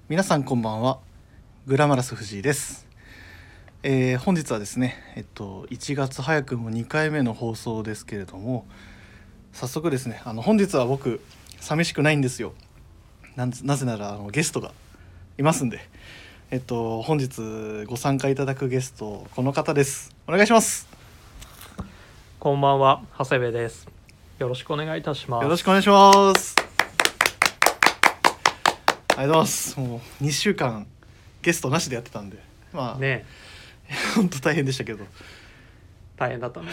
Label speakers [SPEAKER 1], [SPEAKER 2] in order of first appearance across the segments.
[SPEAKER 1] 皆さんこんばんは。グラマラス藤井です。本日はですね、1月早くも2回目の放送ですけれども、早速ですね、本日は僕寂しくないんですよ。なぜならゲストがいますんで、本日ご参加いただくゲスト、この方です。お願いします。
[SPEAKER 2] こんばんは、長谷部です。よろしくお願いいたします。
[SPEAKER 1] よろしくお願いします。ありがとうございます。もう2週間ゲストなしでやってたんで、まあ
[SPEAKER 2] ね
[SPEAKER 1] 本当大変でしたけど、
[SPEAKER 2] 大変だったね。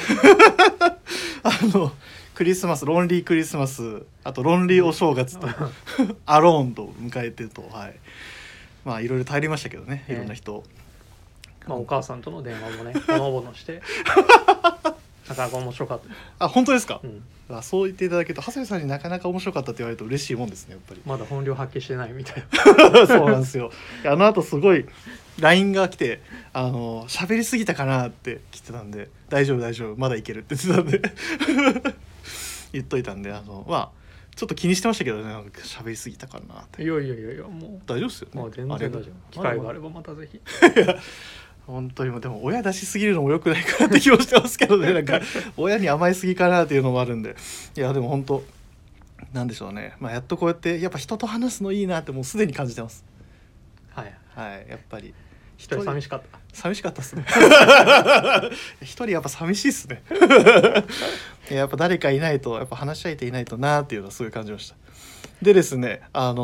[SPEAKER 1] クリスマス、ロンリークリスマス、あとロンリーお正月とアローンと迎えてと、はい、まあいろいろ大変りましたけどね、いろんな人、
[SPEAKER 2] まあ、お母さんとの電話もねほのぼのしてなかなか面白かった。
[SPEAKER 1] あ、本当ですか、そう言っていただけると、長谷部さんになかなか面白かったって言われると嬉しいもんですね、やっぱり。
[SPEAKER 2] まだ本領発揮してないみたい
[SPEAKER 1] なそうなんですよ。後すごい LINE が来て、喋りすぎたかなって来てたんで、大丈夫まだいけるって言ってたんで言っといたんで、まあちょっと気にしてましたけどね、なんか喋りすぎたかなって。
[SPEAKER 2] いやもう
[SPEAKER 1] 大丈夫ですよね。
[SPEAKER 2] もう全然大丈夫。機会があればまたぜひ。
[SPEAKER 1] いや本当にもでも親出しすぎるのも良くないかなって気もしてますけどね。なんか親に甘えすぎかなっていうのもあるんで、いやでも本当なんでしょうね、まあ、やっとこうやってやっぱ人と話すのいいなってもうすでに感じてます。
[SPEAKER 2] はい
[SPEAKER 1] はい、やっぱり
[SPEAKER 2] 一人寂しかった
[SPEAKER 1] っすね一人やっぱ寂しいっすねやっぱ誰かいないと、やっぱ話し相手いないとなっていうのはすごい感じました。でですね、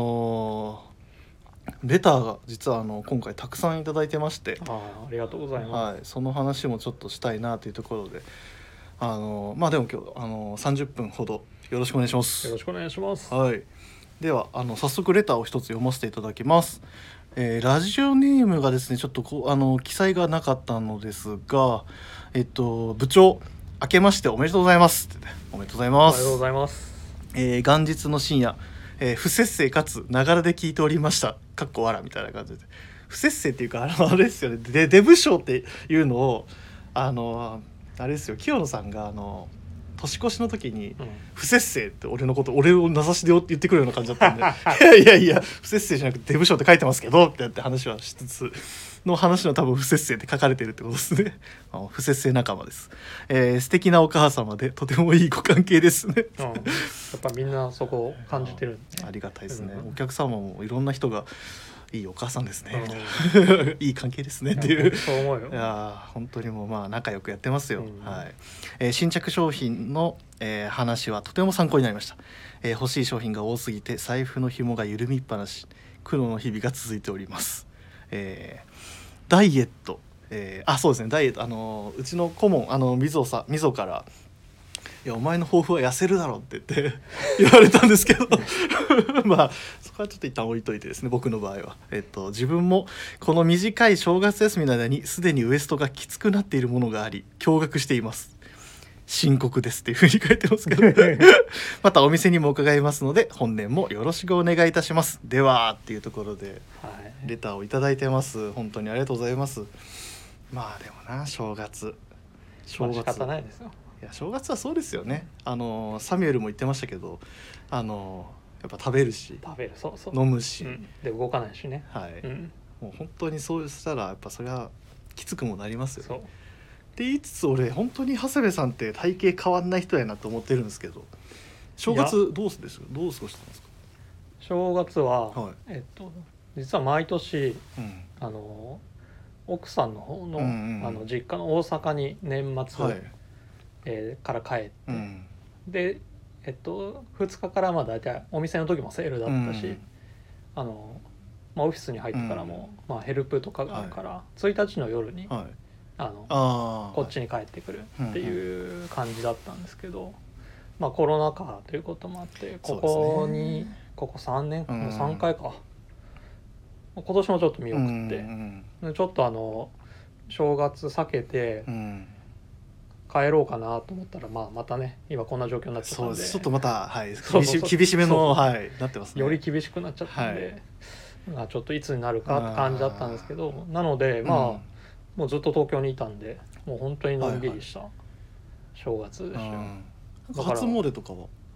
[SPEAKER 1] レターが実は今回たくさんいただいてまして、
[SPEAKER 2] ありがとうございます、
[SPEAKER 1] はい、その話もちょっとしたいなというところで、まあでも今日30分ほどよろしくお願いします。
[SPEAKER 2] よろしくお願いします。
[SPEAKER 1] はい、では早速レターを一つ読ませていただきます。ラジオネームがですねちょっと記載がなかったのですが、部長明けましておめでとうございますって、ね、おめでとうございます。
[SPEAKER 2] おめでとうございます。
[SPEAKER 1] 元日の深夜、不節制かつながらで聞いておりましたかっこ笑みたいな感じで、不節制っていうかあれですよね、デブ賞っていうのをあれですよ、清野さんが年越しの時に不節制って俺を名指しで言ってくるような感じだったんでいや不節制じゃなくてデブ賞って書いてますけどってやって話はしつつの話の多分不節制って書かれてるってことですね。不節制仲間です。素敵なお母様でとてもいいご関係ですね。
[SPEAKER 2] やっぱみんなそこを感じてる、
[SPEAKER 1] ありがたいですね、お客様もいろんな人がいいお母さんですね、いい関係ですねっていう。
[SPEAKER 2] そう思うよ。
[SPEAKER 1] いや本当にもうまあ仲良くやってますよ、はい。新着商品の、話はとても参考になりました。欲しい商品が多すぎて財布の紐が緩みっぱなし、苦悩の日々が続いております。ダイエット、そうですね、ダイエット、うちの顧問みぞからいやお前の抱負は痩せるだろって言って言われたんですけどまあそこはちょっと一旦置いといてですね、僕の場合は、自分もこの短い正月休みの間にすでにウエストがきつくなっているものがあり驚愕しています。深刻ですっていうふうに書いてますけどまたお店にも伺いますので本年もよろしくお願いいたします。ではっていうところでレターをいただいてます。本当にありがとうございます。まあでもな、正月
[SPEAKER 2] 仕方ないですよ。
[SPEAKER 1] いや正月はそうですよね。サミュエルも言ってましたけど、やっぱ食べるし
[SPEAKER 2] そう
[SPEAKER 1] 飲むし、
[SPEAKER 2] で動かないしね、
[SPEAKER 1] はい、もう本当にそうしたらやっぱそれはきつくもなりますよね。って言いつつ俺本当に長谷部さんって体型変わんない人やなと思ってるんですけど、正月どう過ごしてたんですか？
[SPEAKER 2] 正月は、実は毎年、奥さんの方の、実家の大阪に年末、から帰って、で、2日からまあ大体お店の時もセールだったし、オフィスに入ってからも、ヘルプとかがあるから、1日の夜に、こっちに帰ってくるっていう感じだったんですけど、コロナ禍ということもあってここ3年、もう3回か、今年もちょっと見送って、ちょっと正月避けて帰ろうかなと思ったら、またね今こんな状況になっちゃったんで、
[SPEAKER 1] ちょっとまた、厳しめのなってますね。
[SPEAKER 2] より厳しくなっちゃったんで、ちょっといつになるかって感じだったんですけど、なのでもうずっと東京にいたんで、もう本当にのんびりした正月でしたよ。
[SPEAKER 1] 初詣とかは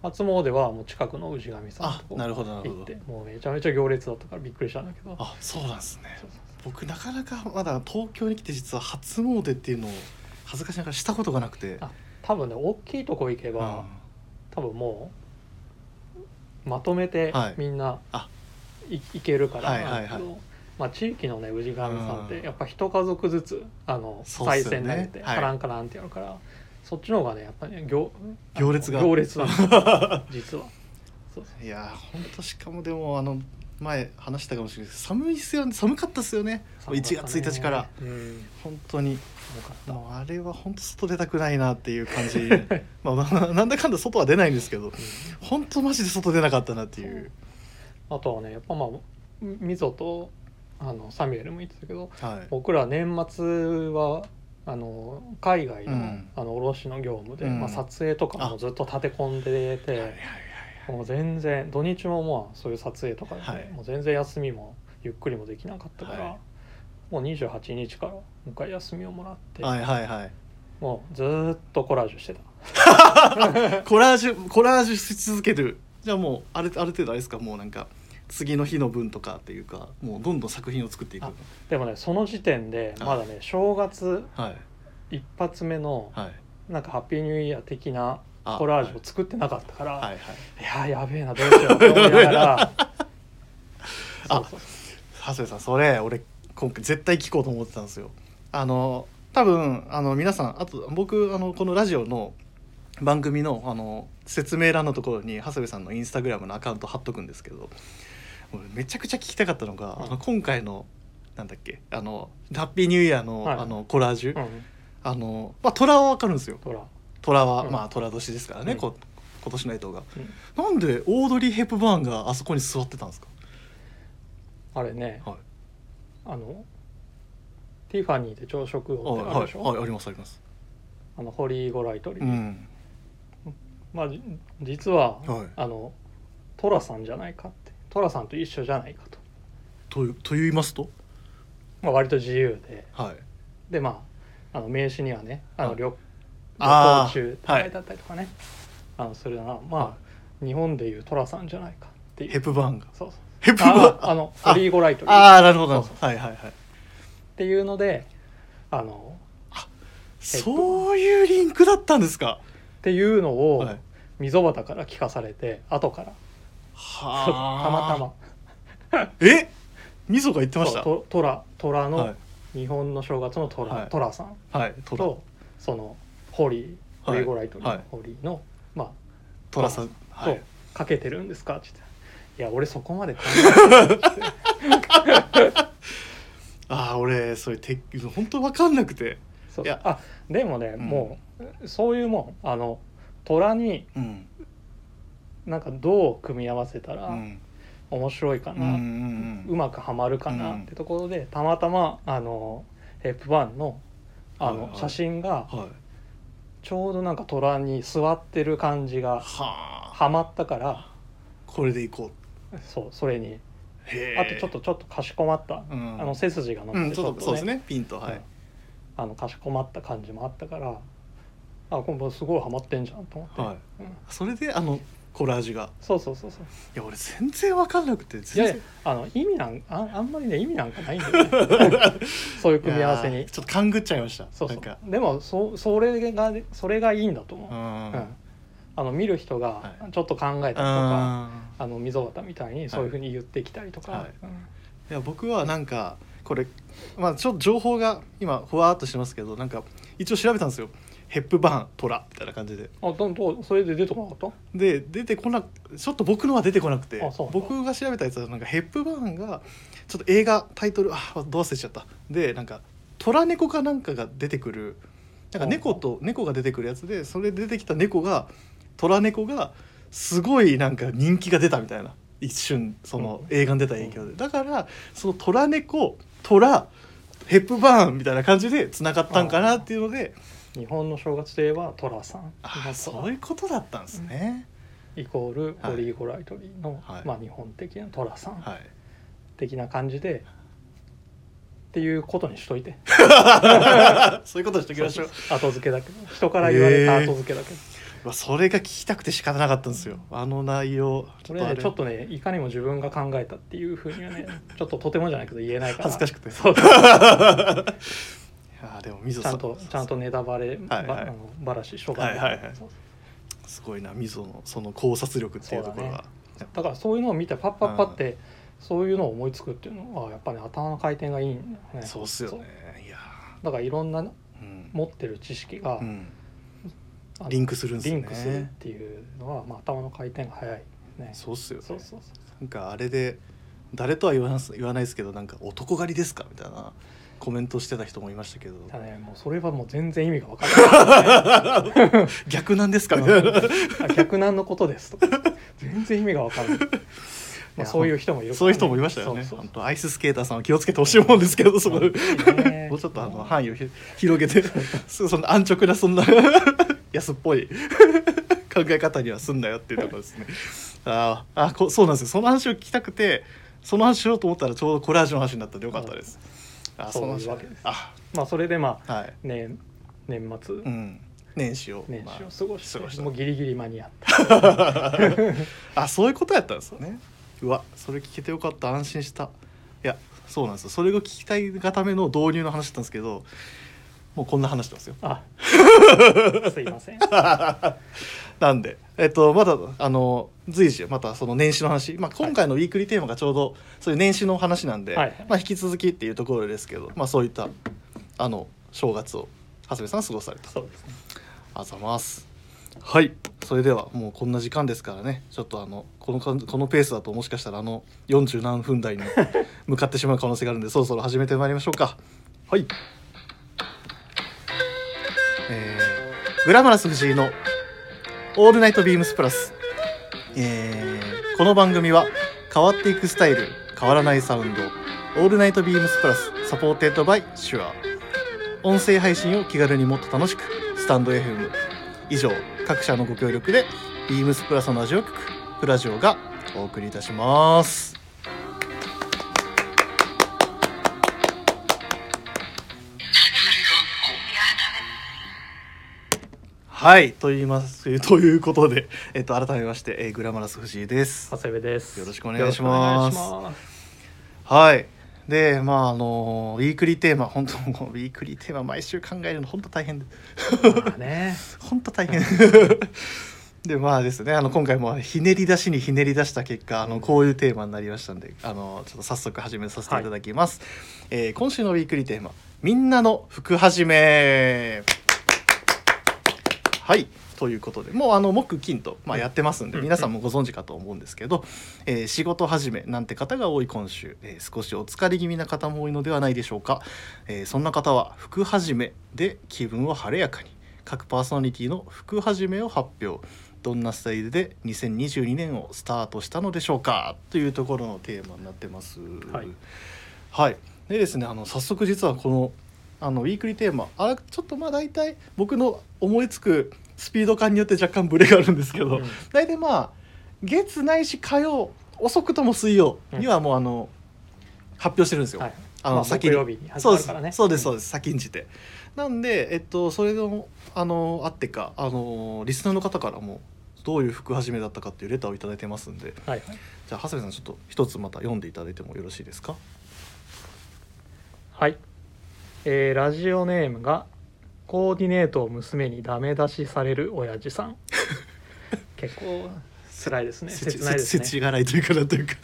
[SPEAKER 2] 初詣はもう近くの氏神さんとこ
[SPEAKER 1] なるほどなるほど
[SPEAKER 2] 行ってもうめちゃめちゃ行列だったからびっくりしたんだけど。
[SPEAKER 1] そうなんですね。僕なかなかまだ東京に来て実は初詣っていうのを恥ずかしながらしたことがなくて。
[SPEAKER 2] 多分ね大きいとこ行けば、多分もうまとめてみんな、行けるからなんだけど、まあ、地域のね氏神さんってやっぱ一家族ずつ賽銭投げてカランカランってやるから、そっちの方がねやっぱりね行列なんですよ実は。
[SPEAKER 1] いや本当しかもでも前話したかもしれないですけど寒いっすよね。寒かったっすよね。1月1日から、本当にもうあれは本当外出たくないなっていう感じまあなんだかんだ外は出ないんですけど、本当マジで外出なかったなっていう。
[SPEAKER 2] あとはねやっぱまあみぞとサミュエルも言ってたけど、僕ら年末は海外の、卸の業務で、撮影とかもずっと立て込んでて、もう全然土日もまあそういう撮影とかで、もう全然休みもゆっくりもできなかったから、もう28日からもう一回休みをもらって、もうずっとコラージュしてた
[SPEAKER 1] コラージュし続ける。じゃあもうある程度あれですか、もうなんか次の日の分とかっていうか、もうどんどん作品を作っていく。
[SPEAKER 2] でもねその時点でまだね、正月一発目のなんかハッピーニューイヤー的なコラージュを作ってなかったから、いやべえなどうしようと思いながら
[SPEAKER 1] 長谷さんそれ俺今回絶対聞こうと思ってたんですよ。多分皆さんあと僕このラジオの番組の説明欄のところに長谷部さんのインスタグラムのアカウント貼っとくんですけど、めちゃくちゃ聞きたかったのが、今回のなんだっけハッピーニューイヤーの、コラージュ、虎は分かるんですよ。虎は、まあ虎年ですからね、今年の干支が、なんでオードリー・ヘップバーンがあそこに座ってたんですか？
[SPEAKER 2] あれね、ティファニーで朝食をってあるでしょ。
[SPEAKER 1] ありますあります。
[SPEAKER 2] ホリー・ゴライトリー、まあ実は、トラさんじゃないかって、トラさんと一緒じゃないか
[SPEAKER 1] と言いますと、
[SPEAKER 2] 割と自由で、でまあ名刺にはね旅行中って書いてあったりとかね、それはまあ日本でいうトラさんじゃないかっていう。
[SPEAKER 1] ヘップバーンが
[SPEAKER 2] ヘップバーンホリー・ゴライトリー、
[SPEAKER 1] なるほど
[SPEAKER 2] っていうので
[SPEAKER 1] そういうリンクだったんですか
[SPEAKER 2] っていうのを溝端から聞かされて、後からたまたま
[SPEAKER 1] 溝が言ってました。
[SPEAKER 2] 虎の日本の正月の虎さんとそのホリーゴライトリーホリーのまあ
[SPEAKER 1] 虎さん
[SPEAKER 2] とかけてるんですかって言って、いや俺そこまで考えて
[SPEAKER 1] 俺それ本当分かんなくて。
[SPEAKER 2] でもね、もうそういうもん虎になんかどう組み合わせたら面白いかな、うまくはまるかなってところで、たまたまヘップバーンの写真がちょうどなんか虎に座ってる感じがはまったから、
[SPEAKER 1] これでいこ
[SPEAKER 2] う。それにあとちょっとかしこまった、背筋が伸びてちょっとね、
[SPEAKER 1] そうですね、ピンと
[SPEAKER 2] かしこまった感じもあったから、これすごいハマってんじゃんと思って、
[SPEAKER 1] それでコラージュが
[SPEAKER 2] そうい
[SPEAKER 1] や俺全然分かんなくて、
[SPEAKER 2] 意味あんまりね意味なんかないんだよねそういう組み合わせに
[SPEAKER 1] ちょっと勘ぐっちゃいました。
[SPEAKER 2] でもそれがいいんだと思う。見る人がちょっと考えたりとか、溝端みたいにそういう風に言ってきたりとか、
[SPEAKER 1] いや僕はなんかこれちょっと情報が今ふわーっとしてますけど、なんか一応調べたんですよ。ヘップバーントラみたいな感じで、
[SPEAKER 2] それで出てこなかった？
[SPEAKER 1] で出てこなちょっと僕のは出てこなくて、僕が調べたやつはなんかヘップバーンがちょっと映画タイトルどう忘れちゃったで、なんかトラ猫かなんかが出てくる、なんか猫が出てくるやつで、それで出てきたトラ猫がすごいなんか人気が出たみたいな、一瞬その映画に出た影響で、だからそのトラ猫ヘップバーンみたいな感じでつながったんかなっていうので、
[SPEAKER 2] 日本の正月といえばトラさん、
[SPEAKER 1] そういうことだったんですね、
[SPEAKER 2] イコールホリー・ゴライトリーの、日本的なトラさん、的な感じでっていうことにしといて
[SPEAKER 1] そういうことにしときましょう。
[SPEAKER 2] 後付けだけど、人から言われた後付けだけど、
[SPEAKER 1] それが聞きたくて仕方なかったんですよ、あの内容。
[SPEAKER 2] これねちょっとねいかにも自分が考えたっていうふうにはねちょっととてもじゃないけど言えないから
[SPEAKER 1] 恥ずかしくて。
[SPEAKER 2] そう
[SPEAKER 1] いやでも溝さん
[SPEAKER 2] ちゃんとネタバレ、ばらししとかないと、
[SPEAKER 1] すごいな溝のその考察力っていうところが
[SPEAKER 2] だからそういうのを見てパッパッパってそういうのを思いつくっていうのはやっぱね頭の回転がいいんだよね。
[SPEAKER 1] そうっすよね。いや
[SPEAKER 2] だからいろんな持ってる知識が、
[SPEAKER 1] リンクするんですね。
[SPEAKER 2] リンクするっていうのは、頭の回転が早いね。
[SPEAKER 1] そうっすよね。
[SPEAKER 2] そう
[SPEAKER 1] なんかあれで誰とは言わないですけど、なんか男狩りですかみたいなコメントしてた人もいましたけど、
[SPEAKER 2] もうそれはもう全然意味が分からない、
[SPEAKER 1] 逆なんですかみたいな
[SPEAKER 2] 逆なんのことですとか全然意味が分からないそういう人もいるから、ね、
[SPEAKER 1] そういう人もいましたよね。本当アイススケーターさんは気をつけてほしいもんですけど、そこもうちょっと範囲を広げてその安直なそんな安っぽい考え方にはすんなよっていうところですね。そうなんですよ。その話を聞きたくてその話しようと思ったらちょうどコラージュの話になったんでよかったです。
[SPEAKER 2] そういうわけです。それで年末、
[SPEAKER 1] 年始を
[SPEAKER 2] 過ごしてもうギリギリ間に合った
[SPEAKER 1] そういうことやったんですよね。うわそれ聞けてよかった、安心した。いやそうなんですよ。それが聞きたいがための導入の話だったんですけど、もうこんな話してますよ。
[SPEAKER 2] すいません
[SPEAKER 1] なんでまだ随時またその年始の話、今回のウィークリーテーマがちょうどそういう年始の話なんで、引き続きっていうところですけど、そういった正月を長谷部さん過ごされた。
[SPEAKER 2] そうですね。
[SPEAKER 1] ありがとうございます。はい、それではもうこんな時間ですからね、ちょっとこのペースだともしかしたら40何分台に向かってしまう可能性があるんでそろそろ始めてまいりましょうか。はい、グラマラス藤井のオールナイトビームスプラス、この番組は変わっていくスタイル変わらないサウンドオールナイトビームスプラスサポーテッドバイシュア、音声配信を気軽にもっと楽しくスタンド FM 以上各社のご協力でビームスプラスのラジオ局プラジオがお送りいたします。はいということで、改めまして、グラマラス藤井です。
[SPEAKER 2] 長谷部です。
[SPEAKER 1] よろしくお願いします。はいでウィークリーテーマ、本当もうウィークリーテーマ毎週考えるの本当大変で本当大変でですね、今回もひねり出した結果こういうテーマになりましたんで、ちょっと早速始めさせていただきます。今週のウィークリーテーマ、みんなの服始め。はいということで、もう木金と、やってますんで、皆さんもご存知かと思うんですけど、仕事始めなんて方が多い今週、少しお疲れ気味な方も多いのではないでしょうか。そんな方は服始めで気分を晴れやかに、各パーソナリティの服始めを発表。どんなスタイルで2022年をスタートしたのでしょうかというところのテーマになってます。はいでですね、早速実はこのウィークリーテーマちょっと大体僕の思いつくスピード感によって若干ブレがあるんですけど、大体月ないし火曜遅くとも水曜にはもう発表してるんですよ。
[SPEAKER 2] 木曜日に始まるからね。
[SPEAKER 1] そうです先んじてなんでそれのあってかリスナーの方からもどういう服始めだったかっていうレターをいただいてますんで、じゃあ長谷部さんちょっと一つまた読んでいただいてもよろしいですか。
[SPEAKER 2] はい、ラジオネームがコーディネートを娘にダメ出しされる親父さん結構辛いですね。切ないですね。
[SPEAKER 1] 切がないというかなんというか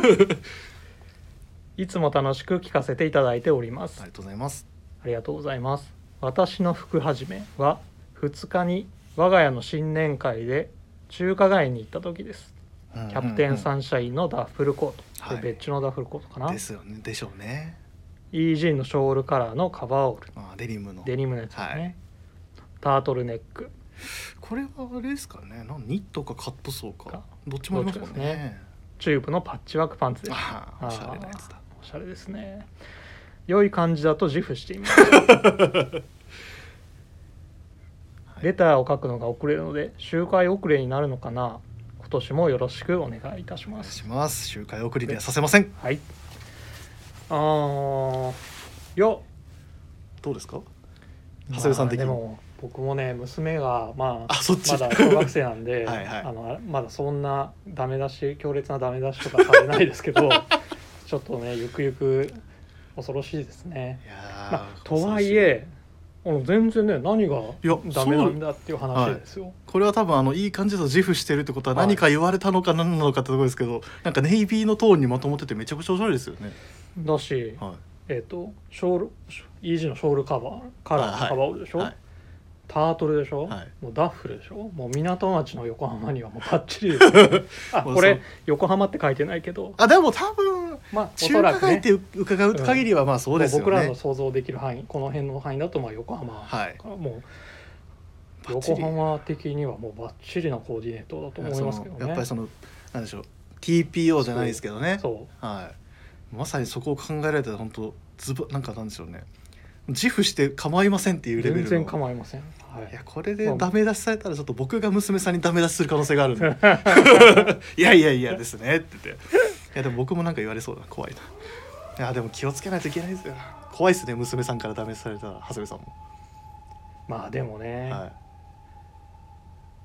[SPEAKER 2] いつも楽しく聞かせていただいております。
[SPEAKER 1] ありがとうございます。
[SPEAKER 2] ありがとうございます。私の服始めは2日に我が家の新年会で中華街に行った時です。キャプテンサンシャインのダッフルコート、別注のダッフルコートかな。
[SPEAKER 1] ですよね。でしょうね。
[SPEAKER 2] イージーンのショールカラーのカバーオール、
[SPEAKER 1] デニムの
[SPEAKER 2] やつですね。タートルネック。
[SPEAKER 1] これはあれですかね。ニットかカットソーかどっちもありますもんね。
[SPEAKER 2] チューブのパッチワークパンツです。
[SPEAKER 1] おしゃれなやつだ。
[SPEAKER 2] おしゃれですね。良い感じだと自負していますレターを書くのが遅れるので周回遅れになるのかな。今年もよろしくお願いいたします。
[SPEAKER 1] お願いします。周回遅れにはさせません。
[SPEAKER 2] はい。どうですか。
[SPEAKER 1] 長谷部さん的に。
[SPEAKER 2] でも僕もね娘がまだ
[SPEAKER 1] そっち
[SPEAKER 2] 小学生なんで
[SPEAKER 1] はい、はい、
[SPEAKER 2] まだそんな強烈なダメ出しとかされないですけどちょっとねゆくゆく恐ろしいですね。
[SPEAKER 1] いや、
[SPEAKER 2] とはいえ全然ね何が
[SPEAKER 1] いや
[SPEAKER 2] ダメなんだっていう話ですよ。
[SPEAKER 1] これは多分いい感じと自負してるってことは何か言われたのか何なのかってところですけど、なんかネイビーのトーンにまとまっててめちゃくちゃおしゃれですよね。
[SPEAKER 2] だし、
[SPEAKER 1] はい、
[SPEAKER 2] ショールイージーのショールカラーのカバーオールでしょ、
[SPEAKER 1] はい、
[SPEAKER 2] タートルでしょ、
[SPEAKER 1] はい、
[SPEAKER 2] もうダッフルでしょ、もう港町の横浜にはもうバッチリですこれ横浜って書いてないけど、
[SPEAKER 1] でも多分
[SPEAKER 2] お
[SPEAKER 1] 中
[SPEAKER 2] そらくね
[SPEAKER 1] 華街って伺う限りはまあそうですよね。
[SPEAKER 2] 僕らの想像できる範囲、この辺の範囲だと横浜、
[SPEAKER 1] はい、
[SPEAKER 2] もう横浜的にはもうバッチリなコーディネートだと思いますけどね。
[SPEAKER 1] やっぱりなんでしょう TPO じゃないですけどね。
[SPEAKER 2] そう、
[SPEAKER 1] はい、まさにそこを考えられたら本当なんでしょうね、自負して構いませんっていうレベルの。
[SPEAKER 2] 全然構いません、はい、
[SPEAKER 1] いやこれでダメ出しされたらちょっと僕が娘さんにダメ出しする可能性があるんでいやですねって言って、いやでも僕もなんか言われそうだな、怖いな。いやでも気をつけないといけないですよ。怖いですね、娘さんからダメ出しされたら。長谷部さんも
[SPEAKER 2] まあでもね、
[SPEAKER 1] はい、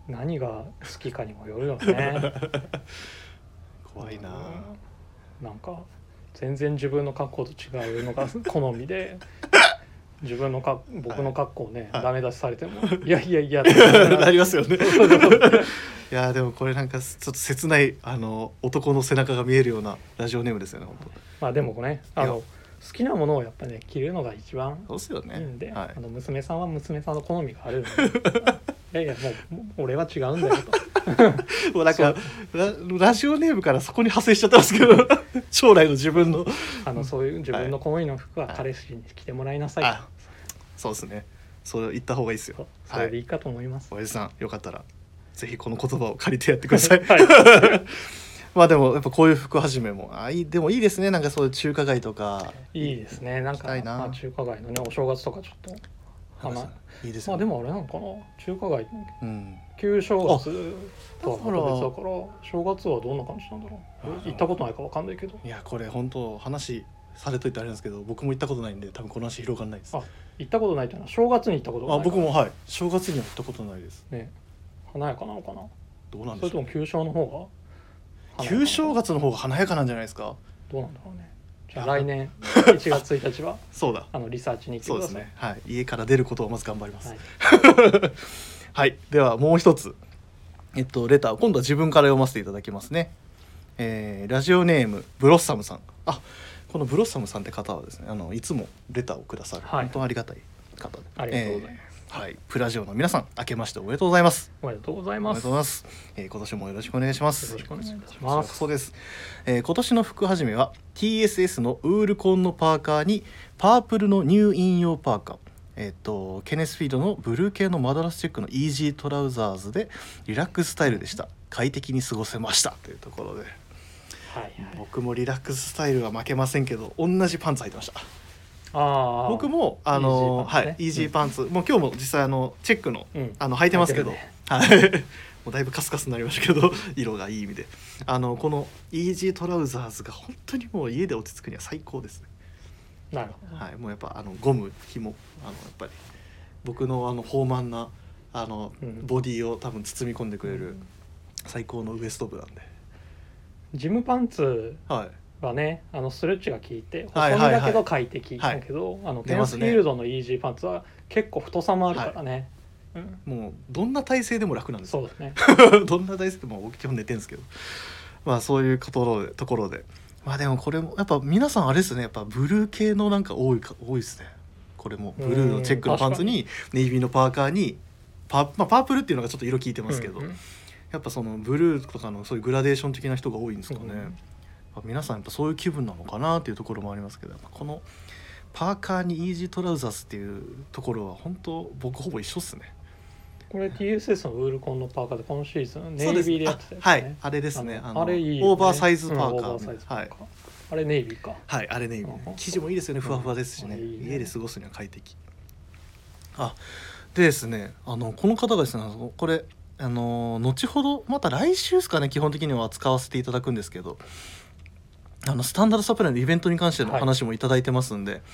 [SPEAKER 2] 何が好きかにもよるよね
[SPEAKER 1] 怖いな、
[SPEAKER 2] なんか全然自分の格好と違うのが好みで僕の格好ね、ダメ出しされてもいや
[SPEAKER 1] なりますよねいやでもこれなんかちょっと切ない男の背中が見えるようなラジオネームですよね、本当。
[SPEAKER 2] まあでもね好きなものをやっぱね着るのが一番
[SPEAKER 1] そうですよね。
[SPEAKER 2] いいんで、
[SPEAKER 1] はい、
[SPEAKER 2] 娘さんは娘さんの好みがあるんでいやもう俺は違うんだよと
[SPEAKER 1] もうなんかラジオネームからそこに派生しちゃったんですけど将来の自分の
[SPEAKER 2] そういう自分の好みの服は彼氏に着てもらいなさいと、
[SPEAKER 1] そうですね、それ言った方がいいですよ。
[SPEAKER 2] それでいいかと思います。
[SPEAKER 1] 親父さんよかったらぜひこの言葉を借りてやってくださいまあでもやっぱこういう服始めもでもいいですね。なんかそういう中華街とか
[SPEAKER 2] いいですね。なんか中華街のねお正月とかちょっと
[SPEAKER 1] いいですね。
[SPEAKER 2] まあでもあれなのかな、中華街、旧正月とはまた別だから正月はどんな感じなんだろう。行ったことないかわかんないけど。
[SPEAKER 1] いやこれ本当話されといてあれなんですけど、僕も行ったことないんで多分この話広がらないです。
[SPEAKER 2] 行ったことないというのは正月に行ったことがない。
[SPEAKER 1] 僕もはい正月には行ったことないです
[SPEAKER 2] ね。華やかなのかな。
[SPEAKER 1] どうなんでしょう。
[SPEAKER 2] それとも旧正の方が
[SPEAKER 1] 旧正月の方が華やかなんじゃないですか。
[SPEAKER 2] どうなんだろうね。じゃあ来年1月1日は
[SPEAKER 1] そうだ
[SPEAKER 2] リサーチに行ってください。
[SPEAKER 1] そうですね、はい、家から出ることをまず頑張ります。
[SPEAKER 2] はい、
[SPEAKER 1] はい、ではもう一つレター今度は自分から読ませていただきますね。ラジオネームブロッサムさん。このブロッサムさんって方はですねいつもレターをくださる、本当にありがたい方で、
[SPEAKER 2] ありがとうございます。
[SPEAKER 1] はい、プラジオの皆さん明けましておめでとうございます。
[SPEAKER 2] おめでとうございます。
[SPEAKER 1] 今年もよろしくお願いします。
[SPEAKER 2] よろしくお願いいたします。
[SPEAKER 1] そうです。今年の服始めは TSS のウールコンのパーカーにパープルの入院用パーカー、ケネスフィードのブルー系のマドラスチェックのイージートラウザーズでリラックススタイルでした。快適に過ごせましたというところで、僕もリラックススタイルは負けませんけど同じパンツ履いてました。僕もイージーパンツ、もう今日も実際チェックの、履いてますけど、もうだいぶカスカスになりましたけど色がいい意味でこのイージートラウザーズが本当にもう家で落ち着くには最高ですね。
[SPEAKER 2] なるほど。
[SPEAKER 1] はい、もうやっぱゴム紐やっぱり僕の豊満なボディを多分包み込んでくれる最高のウエスト部なんで、
[SPEAKER 2] ジムパンツはね、ストレッチが効いて細身だけど快適だけど、テンスフィールドのイージーパンツは結構太さもあるからね、
[SPEAKER 1] もうどんな体勢でも楽なんです。
[SPEAKER 2] そうですね
[SPEAKER 1] どんな体勢でも僕基本寝てるんですけど、そういうところででもこれもやっぱ皆さんあれですね、やっぱブルー系のなんか多いですね。これもブルーのチェックのパンツにネイビーのパーカーにパープルっていうのがちょっと色効いてますけど、やっぱそのブルーとかのそういうグラデーション的な人が多いんですかね。皆さんやっぱそういう気分なのかなっていうところもありますけど、このパーカーにイージートラウザースっていうところは本当僕ほぼ一緒っすね。
[SPEAKER 2] これ TSS のウールコンのパーカーで今シーズンネイビーでやってたやつね。
[SPEAKER 1] はい、あれですね。
[SPEAKER 2] あれいいよね、
[SPEAKER 1] オーバーサイズパーカー、
[SPEAKER 2] はい、あれネイビーか。
[SPEAKER 1] はい、あれネイビー、生地もいいですよね。ふわふわですしね、家で過ごすには快適。でですね、この方がですね、これ後ほどまた来週ですかね、基本的には使わせていただくんですけど、スタンダードサプライのイベントに関しての話もいただいてますんで、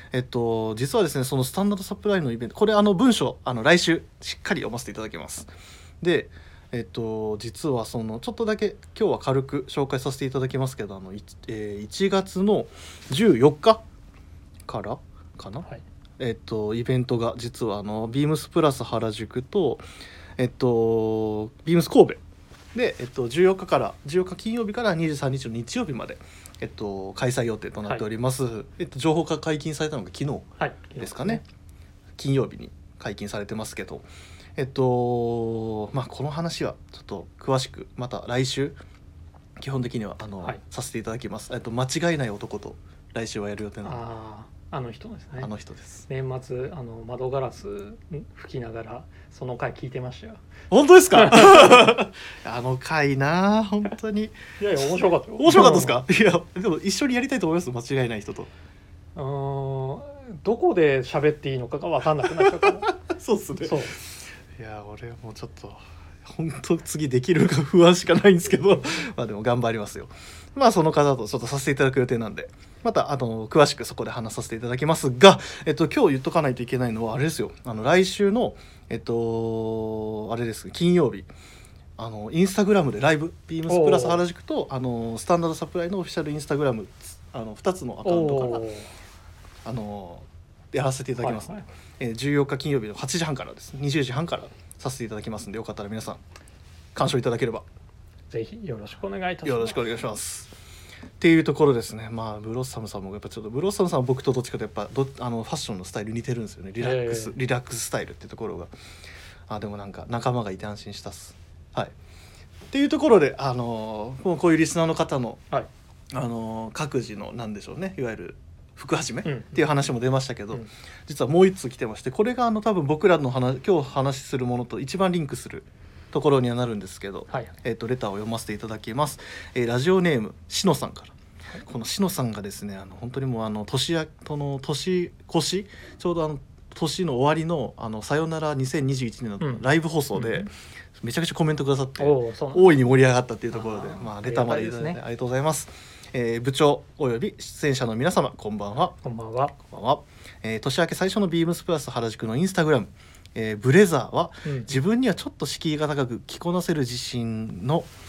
[SPEAKER 1] 実はですねそのスタンダードサプライのイベントこれ文章来週しっかり読ませていただきます。で実はそのちょっとだけ今日は軽く紹介させていただきますけど1月の14日からかな、はい、イベントが実はビームスプラス原宿とビームス神戸で、14日金曜日から23日の日曜日まで、開催予定となっております、はい、情報が解禁されたのが昨日ですかね、はい、金曜日に解禁されてますけどこの話はちょっと詳しくまた来週基本的にははい、させていただきます。間違いない男と来週はやる予定なので
[SPEAKER 2] あの人ですね。
[SPEAKER 1] あの人です。
[SPEAKER 2] 年末窓ガラス吹きながらその回聞いてましたよ。
[SPEAKER 1] 本当ですか？あの回な本当に。
[SPEAKER 2] いや面白かったよ。
[SPEAKER 1] 面白かったですか？いやでも一緒にやりたいと思います。間違いない人と。
[SPEAKER 2] どこで喋っていいのかが分かんなくなっちゃうから。
[SPEAKER 1] そうっすね。そう。いや俺もうちょっと本当次できるか不安しかないんですけどまあでも頑張りますよ。その方とちょっとさせていただく予定なんでまた詳しくそこで話させていただきますが、今日言っとかないといけないのはあれですよ。来週のあれです金曜日インスタグラムでライブビームスプラス原宿とスタンダードサプライのオフィシャルインスタグラム2つのアカウントからやらせていただきますので、14日金曜日の8時半からです20時半からさせていただきますのでよかったら皆さん鑑賞いただければ
[SPEAKER 2] ぜひよろしくお願いいたします。
[SPEAKER 1] よろしくお願いしますっていうところですね。ブロッサムさんもやっぱちょっとブロッサムさんは僕とどっちかとやっぱファッションのスタイル似てるんですよね。リラックススタイルっていうところがでもなんか仲間がいて安心したっす。はいっていうところでこういうリスナーの方の、はい、各自のなんでしょうねいわゆる服始めっていう話も出ましたけど、実はもう一つ来てましてこれが多分僕らの今日話するものと一番リンクするところにはなるんですけど、はい、レターを読ませていただきます。ラジオネームしのさんから、はい、このしのさんがですね本当にもう年越しちょうど年の終わりのさよなら2021年のライブ放送で、めちゃくちゃコメントくださって大いに盛り上がったっていうところでレターまでいただいてありがとうございます。部長および出演者の皆様こんばんは。
[SPEAKER 2] こんばんは。
[SPEAKER 1] こんばんは。年明け最初のビームスプラス原宿のインスタグラム、ブレザーは、自分にはちょっと敷居が高く着こなせる自信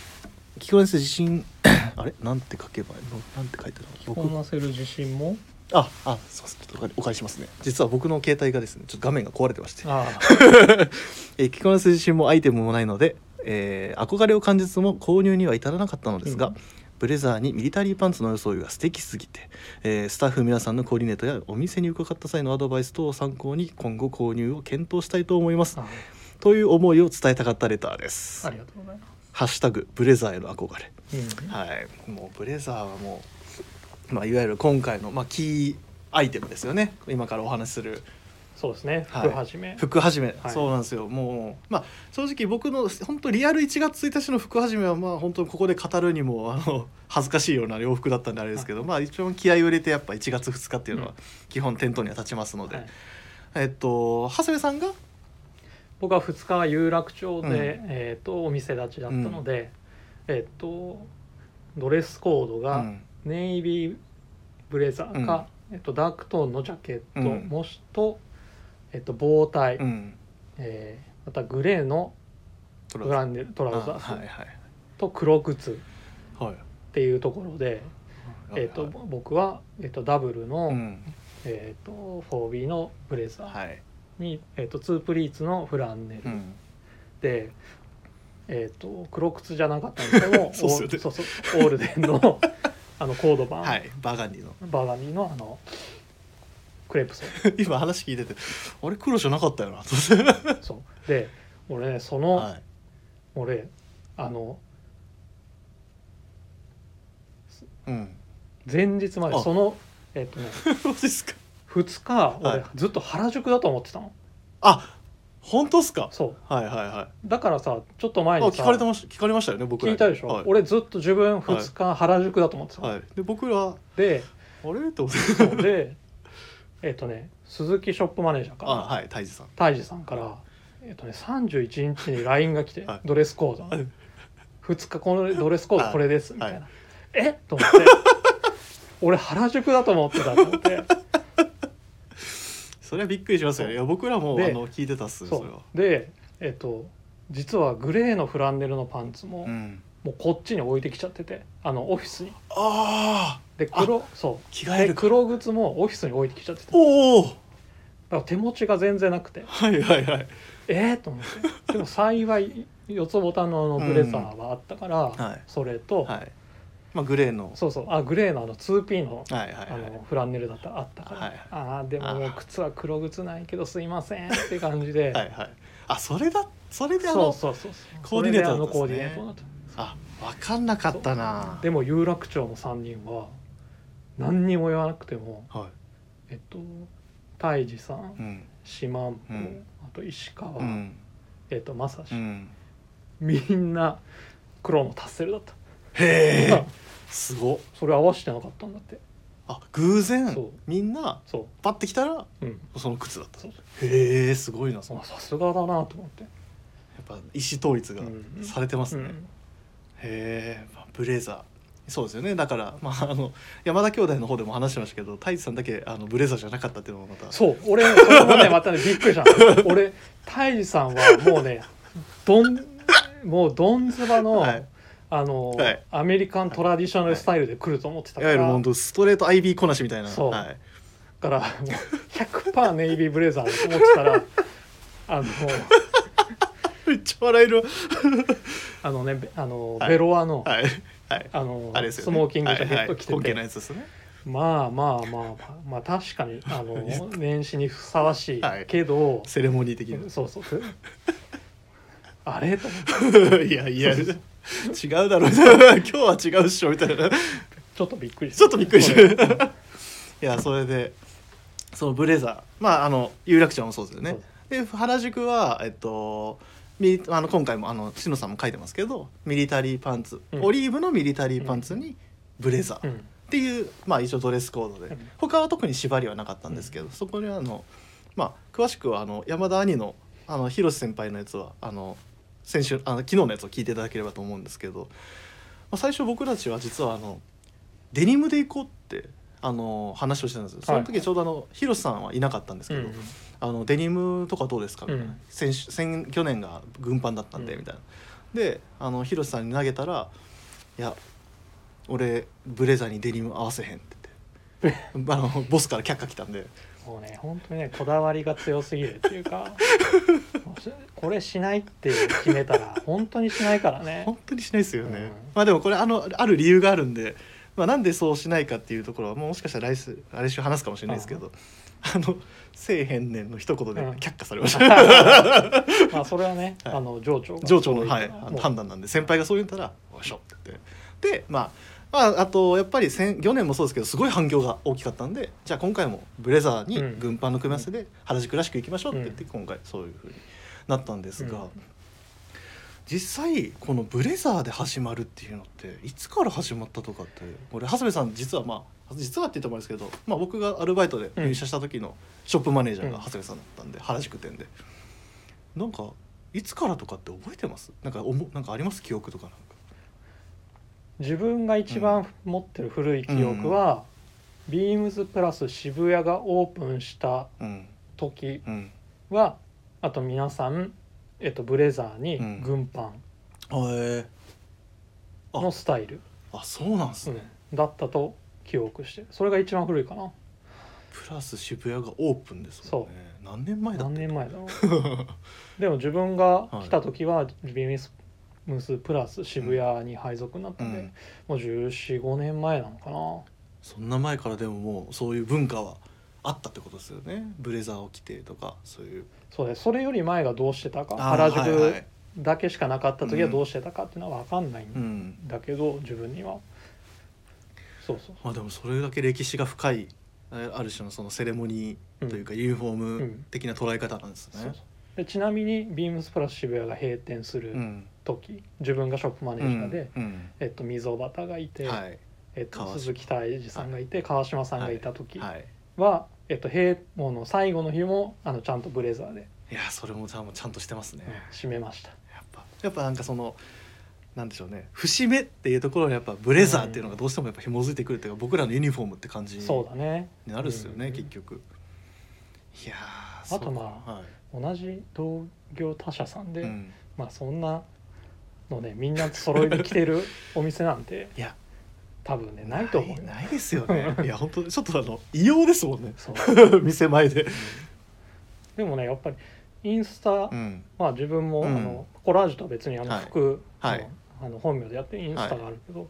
[SPEAKER 1] あれなんて書けばいいのなんて書いてあるの
[SPEAKER 2] 着こなせる自信も
[SPEAKER 1] すいませんちょっとお返ししますね。実は僕の携帯がですねちょっと画面が壊れてまして着こなせる自信もアイテムもないので、憧れを感じつつも購入には至らなかったのですが、ブレザーにミリタリーパンツの装いが素敵すぎて、スタッフ皆さんのコーディネートやお店に伺った際のアドバイス等を参考に今後購入を検討したいと思います、という思いを伝えたかったレターです。
[SPEAKER 2] ありがとうございます。
[SPEAKER 1] ハッシュタグブレザーへの憧れ、はい、もうブレザーはもう、いわゆる今回の、キーアイテムですよね。今からお話しする
[SPEAKER 2] そうですね服始め、
[SPEAKER 1] 服始め、そうなんですよ。もう正直僕の本当リアル1月1日の服始めは本当ここで語るにも恥ずかしいような洋服だったんであれですけど、一番気合を入れてやっぱ1月2日っていうのは基本店頭には立ちますので、長谷部さんが
[SPEAKER 2] 僕は2日は有楽町で、お店立ちだったので、ドレスコードがネイビーブレザーか、ダークトーンのジャケット、もしとボータイ、またグレーのブランデルトラウザースと黒靴っていうところで、僕は、ダブルの、4B のブレザーに、2プリーツのフランネル、で、黒靴じゃなかったんですけどもオールデンのコードバン、
[SPEAKER 1] バーガンディの
[SPEAKER 2] クレープソー
[SPEAKER 1] 今話聞いててあれ黒じゃなかったよな
[SPEAKER 2] そうで俺ね俺前日まで
[SPEAKER 1] ですか
[SPEAKER 2] 2日俺ずっと原宿だと思ってたの。
[SPEAKER 1] 本当っすか。
[SPEAKER 2] そう
[SPEAKER 1] だ
[SPEAKER 2] からさちょっと前にさ
[SPEAKER 1] 聞かれましたよね。僕
[SPEAKER 2] 聞いたでしょ、俺ずっと自分2日原宿だと思ってた、
[SPEAKER 1] で僕ら
[SPEAKER 2] で
[SPEAKER 1] あれと思って
[SPEAKER 2] で鈴木ショップマネージャーから
[SPEAKER 1] 泰治
[SPEAKER 2] さんから31日に LINE が来て、ドレスコード2日このドレスコードこれですみたいな、と思って俺原宿だと思ってたと思って
[SPEAKER 1] それはびっくりしますよね。いや僕らも聞いてたっすそれは。
[SPEAKER 2] で実はグレーのフランネルのパンツも、もうこっちに置いてきちゃっててオフィスに。で着替える黒靴もオフィスに置いてきちゃってて、
[SPEAKER 1] おおだか
[SPEAKER 2] ら手持ちが全然なくて、
[SPEAKER 1] はいはいはい、
[SPEAKER 2] と思ってでも幸い四つボタンのブレザーはあったから、
[SPEAKER 1] はい、
[SPEAKER 2] それと、
[SPEAKER 1] はいまあ、グレーの
[SPEAKER 2] グレーの2P の、
[SPEAKER 1] はいはいはい、
[SPEAKER 2] フランネルだったらあったから、はいはい、でももう靴は黒靴ないけどすいませんって感じで
[SPEAKER 1] はいはい、それで
[SPEAKER 2] そう
[SPEAKER 1] コーディネートだったんですね。分かんなかったな。
[SPEAKER 2] でも有楽町の3人は何にも言わなくても、
[SPEAKER 1] はい、
[SPEAKER 2] 泰治さん、四万歩、あと石川、正志、みんな黒のタッセルだった。
[SPEAKER 1] へえすごっ。
[SPEAKER 2] それ合わせてなかったんだって。
[SPEAKER 1] 偶然みんなパッて来たらその靴だった。へえすごいな。さ
[SPEAKER 2] すがだなと思って。
[SPEAKER 1] やっぱ意思統一がされてますね。へえブレザーそうですよね。だから、山田兄弟の方でも話してましたけど、太一さんだけブレザーじゃなかったっていうのもまた
[SPEAKER 2] そう俺それもねまたねびっくりしたの。俺太一さんはもうねもうドンズバの、アメリカントラディショナルスタイルで来ると思ってたから、
[SPEAKER 1] いわゆる本当ストレート IB こなしみたいな。
[SPEAKER 2] そう、だからもう 100% ネイビーブレザーだと思ってたら
[SPEAKER 1] めっちゃ笑える
[SPEAKER 2] ベロアの、
[SPEAKER 1] あれですよね、
[SPEAKER 2] スモーキングジャケット着てて、
[SPEAKER 1] 本家のやつですね。
[SPEAKER 2] まあ確かに年始にふさわしいけど、
[SPEAKER 1] セレモニー的な
[SPEAKER 2] そうあれと思って
[SPEAKER 1] いや違うだろう今日は違うっしょみたいな
[SPEAKER 2] ちょっとびっくり
[SPEAKER 1] したいやそれでそのブレザー有楽町もそうですよね。で原宿は今回も篠さんも書いてますけど、ミリタリーパンツ、オリーブのミリタリーパンツにブレザーっていう、一応ドレスコードで、他は特に縛りはなかったんですけど、そこに詳しくは山田兄の広瀬先輩のやつは先週昨日のやつを聞いていただければと思うんですけど、最初僕たちは実はデニムで行こうって話をしてたんですよ。その時ちょうど広瀬さんはいなかったんですけど、デニムとかどうですかみたいな、去年が軍パンだったんでみたいな。で広瀬さんに投げたら「いや俺ブレザーにデニム合わせへん」って言ってボスから却下来たんで、
[SPEAKER 2] もうね本当にねこだわりが強すぎるっていうかこれしないって決めたら本当にしないからね。
[SPEAKER 1] 本当にしないですよね。でもこれある理由があるんで、なんでそうしないかっていうところはもしかしたら来週話すかもしれないですけど、せえへんねんの一言で却下されました、
[SPEAKER 2] それはね、上
[SPEAKER 1] 長の、判断なんで、先輩がそう言ったら「よいしょ」って言って、であとやっぱり去年もそうですけどすごい反響が大きかったんで、じゃあ今回もブレザーに軍パンの組み合わせで原宿らしくいきましょうって言って、今回そういう風になったんですが、実際このブレザーで始まるっていうのっていつから始まったとかって、これ長谷部さん実は実はって言ってもあれですけど、僕がアルバイトで入社した時のショップマネージャーが長谷部さんだったんで、原宿店でなんかいつからとかって覚えてます？なんかあります？記憶とかなんか。
[SPEAKER 2] 自分が一番持ってる古い記憶は、ビームズプラス渋谷がオープンした時は、あと皆さん、ブレザーに軍パンのスタイル、
[SPEAKER 1] そうなんですね、
[SPEAKER 2] だったと記憶して、それが一番古いかな。
[SPEAKER 1] プラス渋谷がオープンですもんね。何年前だろう
[SPEAKER 2] でも自分が来た時はビームズプラス渋谷に配属になったんで、もう14、15年前なのかな。
[SPEAKER 1] そんな前からでももうそういう文化はあったってことですよね。ブレザーを着てとかそういう。
[SPEAKER 2] そうです。それより前がどうしてたか、原宿だけしかなかった時はどうしてたかっていうのは分かんないんだけど、自分には
[SPEAKER 1] でもそれだけ歴史が深いある種のそのセレモニーというかユニフォーム的な捉え方なんですね。
[SPEAKER 2] でちなみにビームスプラス渋谷が閉店する時、自分がショップマネージャーで、溝端がいて、鈴木泰治さんがいて、川島さんがいた時は、もうの最後の日もちゃんとブレザーで、
[SPEAKER 1] いやそれもちゃんとしてますね。
[SPEAKER 2] 締めました。
[SPEAKER 1] やっぱなんかそのなんでしょうね、節目っていうところにやっぱブレザーっていうのがどうしてもやっぱ紐づいてくるっていうか、僕らのユニフォームって感じになるっすよね、結局。 いや
[SPEAKER 2] あとまあ、はい、同じ同業他社さんで、まあそんなのねみんな揃いで来てるお店なんて
[SPEAKER 1] いや
[SPEAKER 2] 多分ねないと思う。
[SPEAKER 1] ないですよね。いや本当ちょっと異様ですもんね。店前で、
[SPEAKER 2] でもねやっぱりインスタ、まあ自分も、コラージュとは別に服の、本名でやってインスタがあるけど、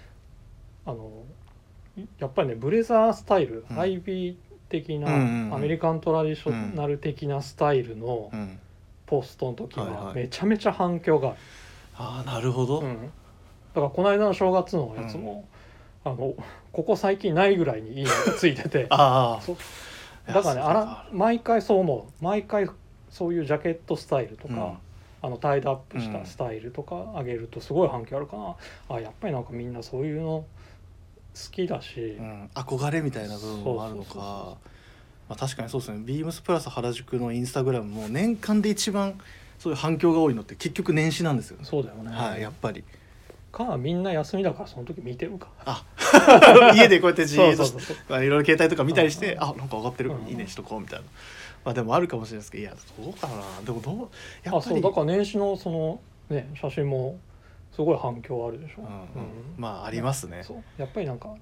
[SPEAKER 2] やっぱりねブレザースタイル、ハイビー的な、アメリカントラディショナル的なスタイルのポストの時はめちゃめちゃ反響がある。
[SPEAKER 1] ああなるほど、だ
[SPEAKER 2] からこの間の正月のやつも、ここ最近ないぐらいにいいのがついててだからね毎回そう思う。毎回そういうジャケットスタイルとか、タイドアップしたスタイルとか上げるとすごい反響あるかな。やっぱりなんかみんなそういうの好きだし、
[SPEAKER 1] 憧れみたいな部分もあるのか。確かにそうですね。ビームスプラス原宿のインスタグラムも年間で一番そういう反響が多いのって結局年始なんですよね。
[SPEAKER 2] そうだよね、
[SPEAKER 1] はい、やっぱり
[SPEAKER 2] みんな休みだからその時見てるか。
[SPEAKER 1] 家でこうやってじーっといろいろ携帯とか見たりしてなんか上がってる、いいねしとこうみたいな。でもあるかもしれないですけど、いやどうかな。でもやっぱり
[SPEAKER 2] そうだから年始のそのね写真もすごい反響あるでしょ。
[SPEAKER 1] まあありますね。
[SPEAKER 2] そうやっぱりなんか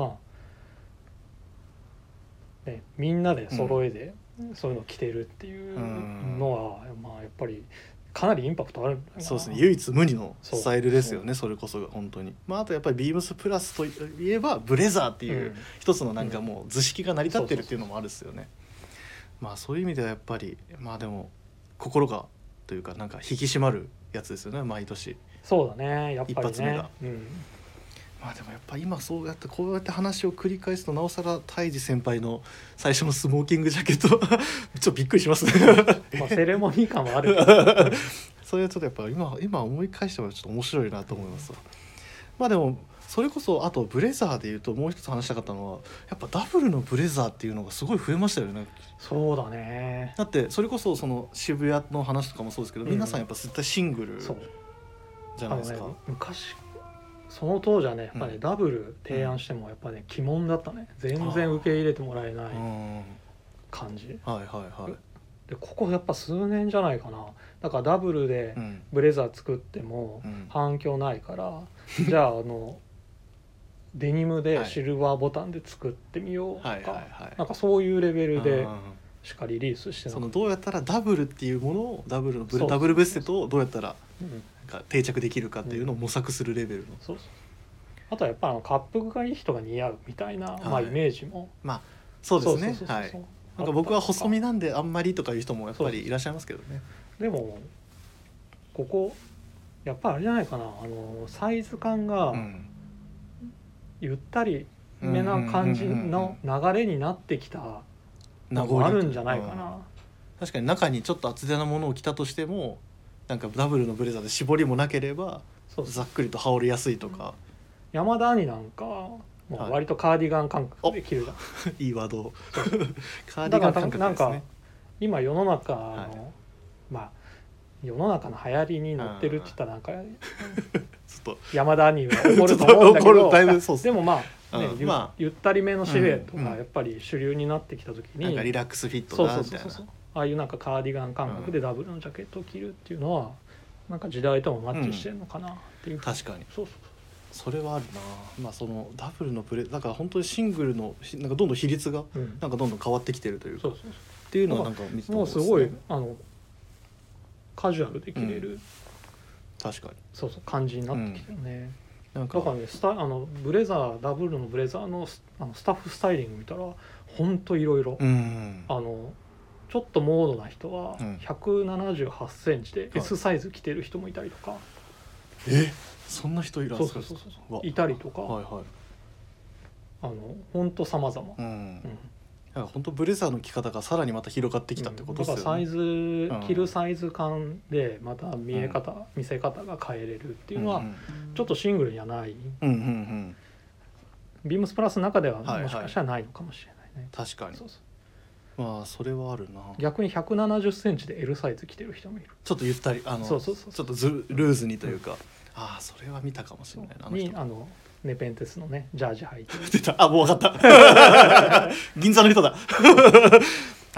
[SPEAKER 2] みんなで揃えでそういうの着てるっていうのは、やっぱりかなりインパクトあるんだよな。
[SPEAKER 1] そうですね。唯一無二のスタイルですよね。それこそが本当に。あとやっぱりビームスプラスといえばブレザーっていう一つのなんかもう図式が成り立ってるっていうのもあるですよね。そういう意味ではやっぱりでも心がというかなんか引き締まるやつですよね。毎年。
[SPEAKER 2] そうだね。やっぱりね。
[SPEAKER 1] 一発目が。でもやっぱ今こうやって話を繰り返すとなおさら泰治先輩の最初のスモーキングジャケットちょっとびっくりしますね。
[SPEAKER 2] セレモニー感はある。
[SPEAKER 1] それはちょっとやっぱ今思い返してもちょっと面白いなと思います。でもそれこそあとブレザーでいうともう一つ話したかったのはやっぱダブルのブレザーっていうのがすごい増えましたよね。
[SPEAKER 2] そうだね。
[SPEAKER 1] だってそれこそその渋谷の話とかもそうですけど、皆さんやっぱ絶対シングルじゃないですか。
[SPEAKER 2] 昔その当時はねやっぱね、ダブル提案してもやっぱね鬼門だったね。全然受け入れてもらえない感じ。でここやっぱ数年じゃないかな。だからダブルでブレザー作っても反響ないから、じゃあデニムでシルバーボタンで作ってみようとか、なんかそういうレベルでしかリリースしてなかった。
[SPEAKER 1] どうやったらダブルっていうものをダブルベストをどうやったら定着できるかっていうのを模索するレベルの。
[SPEAKER 2] あとはやっぱカップがいい人が似合うみたいな、イメージも
[SPEAKER 1] そうですね。なんか僕は細身なんであんまりとかいう人もやっぱりいらっしゃいますけどね。
[SPEAKER 2] でもここやっぱあれじゃないかな、サイズ感がゆったりめな感じの流れになってきたのもあるんじゃないかな。
[SPEAKER 1] 確かに中にちょっと厚手なものを着たとしてもなんかダブルのブレザーで絞りもなければざっくりと羽織りやすいとか。
[SPEAKER 2] 山田兄なんかもう割とカーディガン感覚で着るじゃん。
[SPEAKER 1] いいワード。カーディガン感覚ですね。
[SPEAKER 2] なんか今世の中の、世の中の流行りに乗ってるって言ったらなんか山田兄は怒ると思うんだけどでもゆったりめのシルエットがやっぱり主流になってきた時に
[SPEAKER 1] なんかリラックスフィットだみたいな、
[SPEAKER 2] ああいうなんかカーディガン感覚でダブルのジャケットを着るっていうのはなんか時代ともマッチしてるのかなっていう。
[SPEAKER 1] 確かにそれはあるな。そのダブルのだから本当にシングルのなんかどんどん比率がなんかどんどん変わってきてるというか、っていうのはなんか見てた
[SPEAKER 2] もうすごいカジュアルで着れる、
[SPEAKER 1] 確かに
[SPEAKER 2] 感じになってきてるね。だからねブレザーダブルのブレザーのスタッフスタイリング見たらほんといろいろちょっとモードな人は178センチで S サイズ着てる人もいたりとか。
[SPEAKER 1] そんな人いるんですか。
[SPEAKER 2] いたりとか、本当様々。
[SPEAKER 1] 本当ブレザーの着方がさらにまた広がってきたってことですよね。
[SPEAKER 2] だから着るサイズ感でまた見せ方が変えれるっていうのはちょっとシングルにはない。ビームスプラスの中ではもしかしたらないのかもしれないね。
[SPEAKER 1] 確かに。それはあるな。
[SPEAKER 2] 逆に170センチで L サイズ着てる人もいる。
[SPEAKER 1] ちょっとゆったりちょっとルーズにというか。それは見たかもしれないな。
[SPEAKER 2] ネペンテスのねジャージ履いて
[SPEAKER 1] 出た。もう分かった。銀座の人だ。確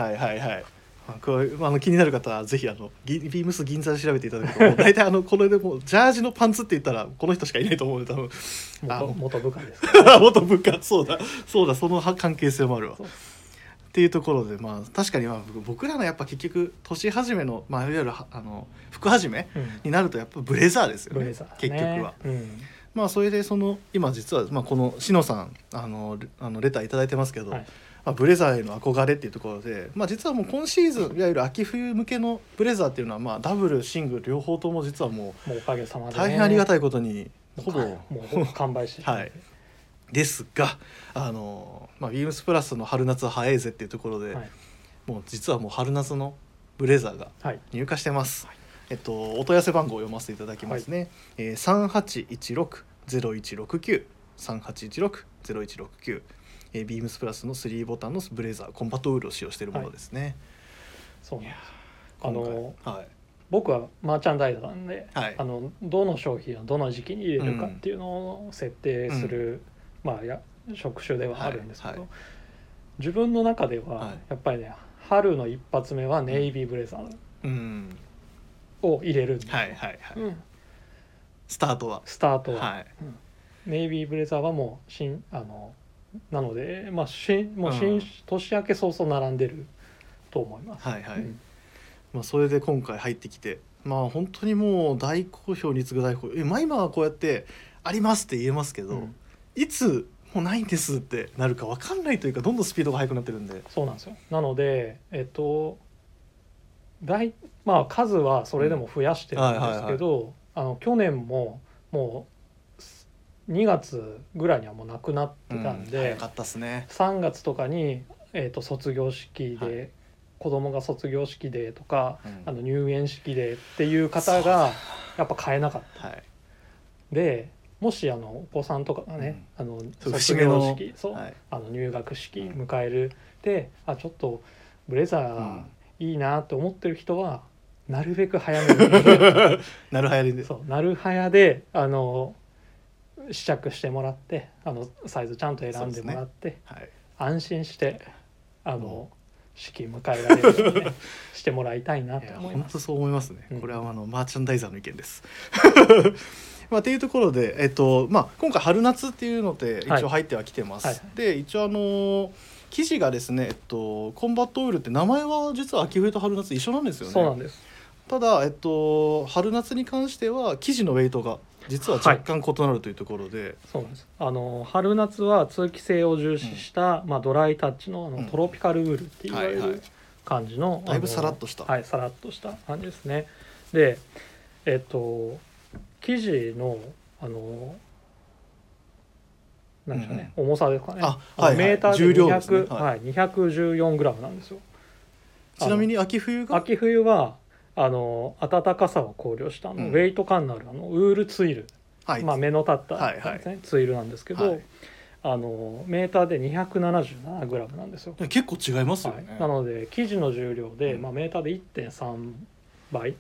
[SPEAKER 1] はいはいはい。これ気になる方はぜひビームス銀座で調べていただくともう大体これでもうジャージのパンツって言ったらこの人しかいないと思うので多分
[SPEAKER 2] 元部下ですから、
[SPEAKER 1] ね、元部下そうだその関係性もあるわっていうところで、確かに僕らのやっぱ結局年始めの、いわゆる服始めになるとやっぱブレザーですよね、結局は。それで今実は、このしのさんレターいただいてますけど、ブレザーへの憧れっていうところで、実はもう今シーズンいわゆる秋冬向けのブレザーっていうのは、ダブルシングル両方とも実はもう
[SPEAKER 2] おかげさまで、
[SPEAKER 1] 大変ありがたいことにほぼ
[SPEAKER 2] もう完売して
[SPEAKER 1] はいですがビームスプラスの春夏早いぜっていうところで、もう実はもう春夏のブレザーが入荷してます、お問い合わせ番号を読ませていただきますね、3816-0169 3816-0169ビームスプラスの3ボタンのブレザーコンバットウールを使用しているものですね、
[SPEAKER 2] そうなんです。僕はマーチャンダイザーなんで、どの商品をどの時期に入れるかっていうのを設定する、職種ではあるんですけど、自分の中ではやっぱりね、春の一発目はネイビーブレザーを入れるんですよ、スタートは、ネイビーブレザーはもうなので、もう年明け早々並んでると思います。
[SPEAKER 1] それで今回入ってきて、本当にもう大好評に次ぐ大好評。今はこうやってありますって言えますけど、いつもうないんですってなるか分かんないというか、どんどんスピードが速くなってるんで。
[SPEAKER 2] そうなんですよ。なので数はそれでも増やしてるんですけど、去年ももう2月ぐらいにはもうなくなってたんで、
[SPEAKER 1] 早かったっすね。
[SPEAKER 2] 3月とかに、卒業式で、子供が卒業式でとか、入園式でっていう方がやっぱ買えなかった、でもしお子さんとかがね、卒業式、入学式迎えるで、ちょっとブレザーいいなと思ってる人はなるべく早めに
[SPEAKER 1] なる早で
[SPEAKER 2] なる早で試着してもらって、サイズちゃんと選んでもらって、安心して式迎えられるように、してもらいたいなと思います。
[SPEAKER 1] 本当そう思いますね。これはマーチャンダイザーの意見ですっていうところで、今回春夏っていうので一応入ってはきてます、で一応生地がですね、コンバットオイルって名前は実は秋冬と春夏一緒なんですよね。
[SPEAKER 2] そうなんです。
[SPEAKER 1] ただ、春夏に関しては生地のウェイトが実は若干異なるというところで、
[SPEAKER 2] そうなんです。春夏は通気性を重視した、ドライタッチのトロピカルウールって言われる感じの、
[SPEAKER 1] だいぶサラッとした、
[SPEAKER 2] サラッとした感じですね。で生地のなんでしょうね、重さですかね。メーターで
[SPEAKER 1] 重量ですね。
[SPEAKER 2] 214g なんですよ。
[SPEAKER 1] ちなみに秋冬
[SPEAKER 2] は暖かさを考慮したウェイト感のあるウールツイル、目の立った、ツイルなんですけど、メーターで 277g なんですよ。
[SPEAKER 1] 結構違いますよね。
[SPEAKER 2] なので生地の重量で、メーターで 1.3 倍、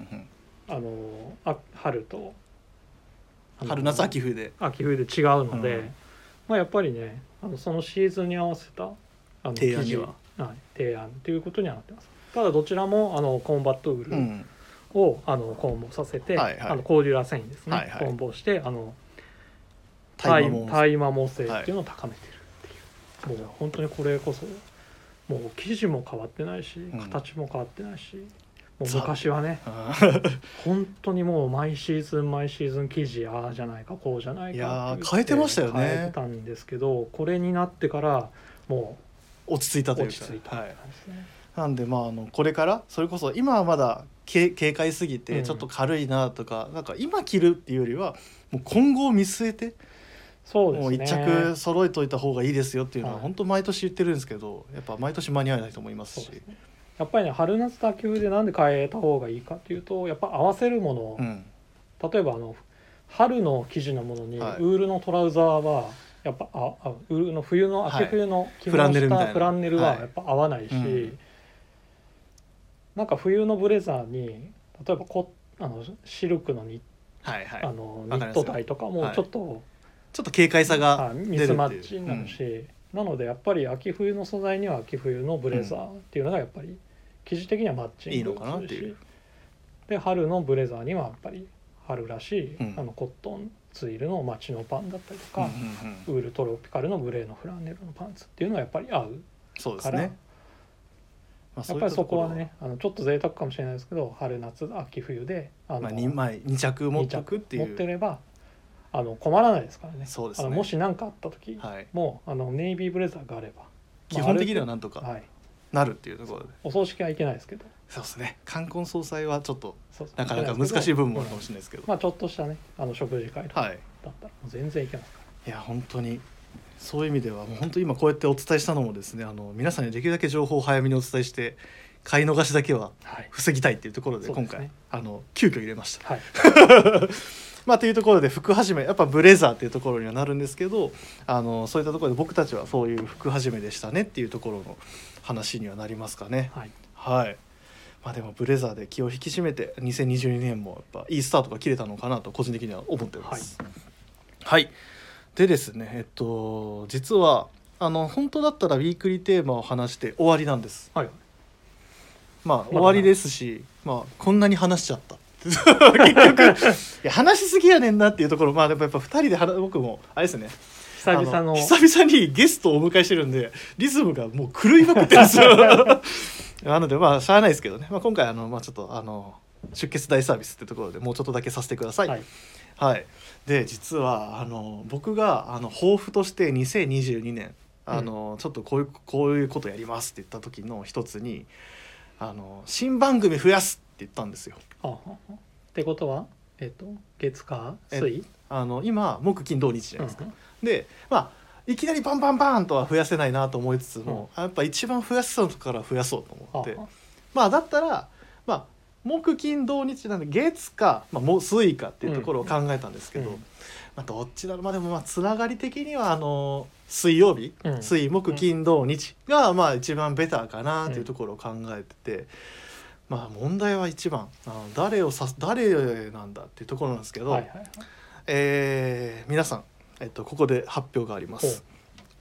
[SPEAKER 2] 春と
[SPEAKER 1] 春夏秋冬で
[SPEAKER 2] 違うので、やっぱりねそのシーズンに合わせた
[SPEAKER 1] 提案には
[SPEAKER 2] 提案ということにはなってます。ただどちらもコンバットウールを混紡させて、コーデュラ繊維ですね、混紡して耐摩耗性っていうのを高めてるっていう、もう本当にこれこそもう生地も変わってないし、形も変わってないし、もう昔はね本当にもう毎シーズン生地じゃないかこうじゃないかって
[SPEAKER 1] 変えてましたよね。
[SPEAKER 2] 変えてたんですけど、これになってからも
[SPEAKER 1] う落ち着いたというか、なんでこれからそれこそ今はまだ軽快すぎてちょっと軽いなとか、なんか今着るっていうよりはもう今後を見据えて、
[SPEAKER 2] そうですね、
[SPEAKER 1] もう一着揃えといた方がいいですよっていうのは本当毎年言ってるんですけど、やっぱ毎年間に合わないと思いますし、
[SPEAKER 2] やっぱりね、春夏と秋冬でなんで変えた方がいいかっていうと、やっぱ合わせるもの、例えば春の生地のものにウールのトラウザーはやっぱ冬の秋冬の着物したフランネルはやっぱ合わないし、なんか冬のブレザーに例えばシルクのニットタイとかもちょっと
[SPEAKER 1] 軽快さが
[SPEAKER 2] ミスマッチになるし、 なのでやっぱり秋冬の素材には秋冬のブレザーっていうのがやっぱり生地的にはマッチングするし、で春のブレザーにはやっぱり春らしい、コットンツイルのチノパンだったりとか、ウールトロピカルのグレーのフランネルのパンツっていうのはやっぱり合うから、
[SPEAKER 1] そうですね、
[SPEAKER 2] やっぱりそこはねちょっと贅沢かもしれないですけど、春夏秋冬で
[SPEAKER 1] 2着持っておくっていう、
[SPEAKER 2] 持ってれば困らないですからね。
[SPEAKER 1] そうですね、
[SPEAKER 2] もし何かあった時、もうネイビーブレザーがあれば
[SPEAKER 1] 基本的にはなんとかなるっていうところで、
[SPEAKER 2] お葬式はいけないですけど、
[SPEAKER 1] そうですね、冠婚葬祭はちょっとなかなか難しい部分もあるかもしれないですけど、
[SPEAKER 2] ちょっとしたね食事会とかだったらもう全然いけますから、
[SPEAKER 1] いや本当にそういう意味ではもう本当今こうやってお伝えしたのもですね、皆さんにできるだけ情報を早めにお伝えして買い逃しだけは防ぎたいっていうところで、今回急遽入れました、というところで服始めやっぱブレザーっていうところにはなるんですけど、そういったところで僕たちはそういう服始めでしたねっていうところの話にはなりますかね。はい、でもブレザーで気を引き締めて2022年もやっぱいいスタートが切れたのかなと個人的には思ってます。でですね、実は本当だったらウィークリーテーマを話して終わりなんです。終わりですし、こんなに話しちゃった結局いや話しすぎやねんなっていうところ、でもやっぱ2人で僕もあれですね、久々にゲストをお迎えしてるんでリズムがもう狂いまくってるんですよなのでしゃあないですけどね、今回ちょっと出血大サービスってところでもうちょっとだけさせてください。で実は僕が抱負として2022年ちょっとこういうことやりますって言った時の一つに新番組増やすって言ったんですよ。
[SPEAKER 2] ってことは月火水
[SPEAKER 1] 今木金土日じゃないですか。でいきなりバンバンバーンとは増やせないなと思いつつも、やっぱ一番増やすのから増やそうと思って、だったら木金土日なんで月か、水かっていうところを考えたんですけど、どっちだろう。でもつながり的には水曜日、水木金土日が一番ベターかなっていうところを考えてて、問題は一番誰なんだっていうところなんですけど、皆さん、ここで発表があります。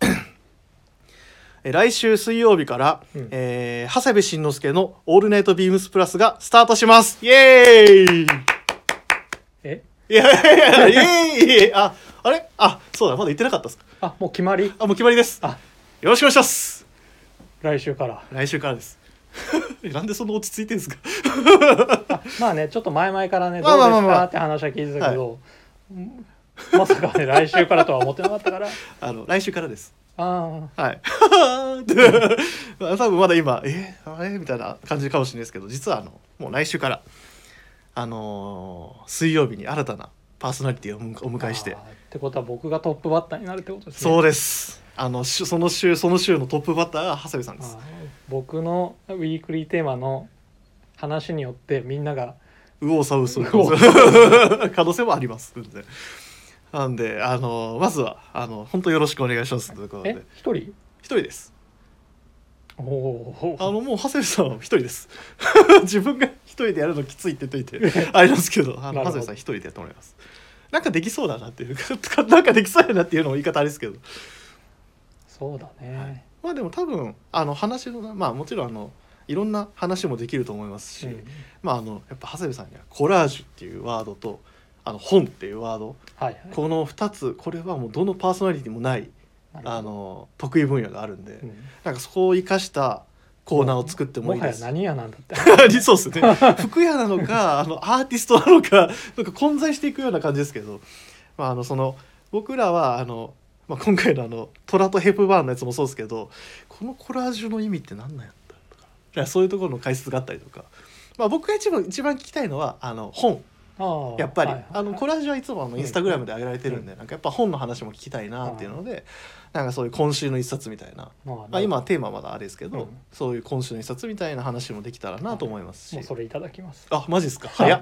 [SPEAKER 1] 来週水曜日から、長谷部慎之介のオールナイトビームスプラスがスタートします。イエーイ。イエーイ。あれそうだ、まだ言ってなかったですか。
[SPEAKER 2] もう決まり。
[SPEAKER 1] もう決まりです。よろしくお願いします。
[SPEAKER 2] 来週からです
[SPEAKER 1] なんでそんな落ち着いてるんですか
[SPEAKER 2] ちょっと前からねどうですかって話は聞いてたけど、まさかね来週からとは思ってなかったから
[SPEAKER 1] 来週からです。
[SPEAKER 2] 多
[SPEAKER 1] 分まだ今あれみたいな感じかもしれないですけど、実はもう来週から水曜日に新たなパーソナリティをお迎えして、
[SPEAKER 2] ってことは僕がトップバッターになるってことですね。
[SPEAKER 1] そうです。その週のトップバッターが長谷部さんです。
[SPEAKER 2] 僕のウィークリーテーマの話によってみんなが
[SPEAKER 1] 右往左往する可能性もありますんで、なんでまずは本当よろしくお願いしますということで。
[SPEAKER 2] 一人です。
[SPEAKER 1] もう長谷部さんは一人です自分が一人でやるのきついって言っといてあれなんですけど、長谷部さん一人でやってもらいます。なんかできそうだなっていうなんかできそうやなっていうのも言い方あれですけど、
[SPEAKER 2] そうだね、
[SPEAKER 1] でも多分話のもちろんいろんな話もできると思いますし、やっぱ長谷部さんにはコラージュっていうワードと本っていうワード、この2つ、これはもうどのパーソナリティもない得意分野があるんで、なんかそこを生かしたコーナーを作ってもいいです。
[SPEAKER 2] もはや何屋なんだって
[SPEAKER 1] そうですね服屋なのかアーティストなのかなんか混在していくような感じですけど、その僕らは今回のトラとヘプバーンのやつもそうですけど、このコラージュの意味って何なんやったとか、そういうところの解説があったりとか、僕が一番聞きたいのは本。やっぱりコラージュはいつもインスタグラムで上げられてるんで、なんかやっぱ本の話も聞きたいなっていうので、なんかそういう今週の一冊みたいな、今はテーマまだあれですけど、そういう今週の一冊みたいな話もできたらなと思いますし、
[SPEAKER 2] もうそれいただきます。
[SPEAKER 1] マジですか。早っ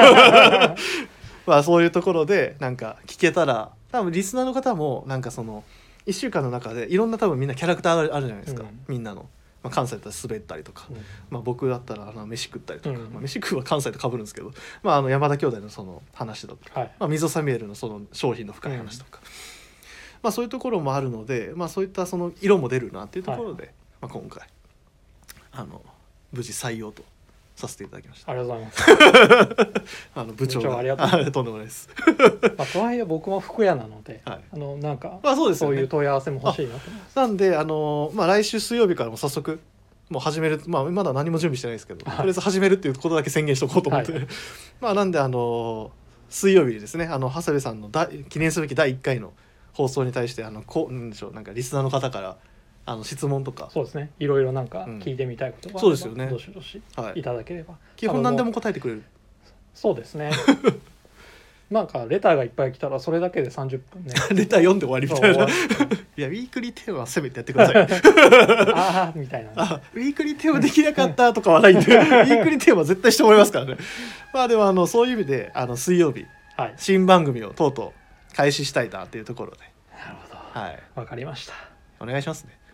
[SPEAKER 1] そういうところでなんか聞けたら、多分リスナーの方もなんかその1週間の中でいろんな多分みんなキャラクターがあるじゃないですか、みんなの。関西だったら滑ったりとか、僕だったら飯食ったりとか、飯食うは関西と被るんですけど、山田兄弟のその話だとか、溝サミュエルのその商品の深い話とか、 まあ、そういうところもあるので、まあ、そういったその色も出るなっていうところで、まあ、今回無事採用とさせていただきました。
[SPEAKER 2] ありがとうございます
[SPEAKER 1] 部長が
[SPEAKER 2] ありがとうございます
[SPEAKER 1] とんでもないです。
[SPEAKER 2] とはいえ僕も服屋なので、
[SPEAKER 1] はい、
[SPEAKER 2] なんか、
[SPEAKER 1] まあそうですよね、
[SPEAKER 2] そういう問い合わせも欲しいなと思います。
[SPEAKER 1] なんでまあ、来週水曜日からも早速もう始める、まあ、まだ何も準備してないですけど、とりあえず始めるっていうことだけ宣言しとこうと思って、まあなんで水曜日にですね長谷部さんの記念すべき第1回の放送に対してなんでしょう、なんかリスナーの方から質問とか、
[SPEAKER 2] そうですね、いろいろなんか聞いてみたいことがあれば、
[SPEAKER 1] そうですよね、
[SPEAKER 2] どしどしいただければ、
[SPEAKER 1] 基本何でも答えてくれる。
[SPEAKER 2] そうですねなんかレターがいっぱい来たらそれだけで30分ね
[SPEAKER 1] レター読んで終わりみたいな。いやウィークリーテーマはせめてやってください
[SPEAKER 2] ああみたいな、
[SPEAKER 1] ウィークリーテーマできなかったとかはないんでウィークリーテーマは絶対してもらいますからね。まあでもそういう意味で水曜日、
[SPEAKER 2] はい、
[SPEAKER 1] 新番組をとうとう開始したいなっていうところで。
[SPEAKER 2] なるほど、
[SPEAKER 1] はい、
[SPEAKER 2] わかりました、
[SPEAKER 1] お願いしますね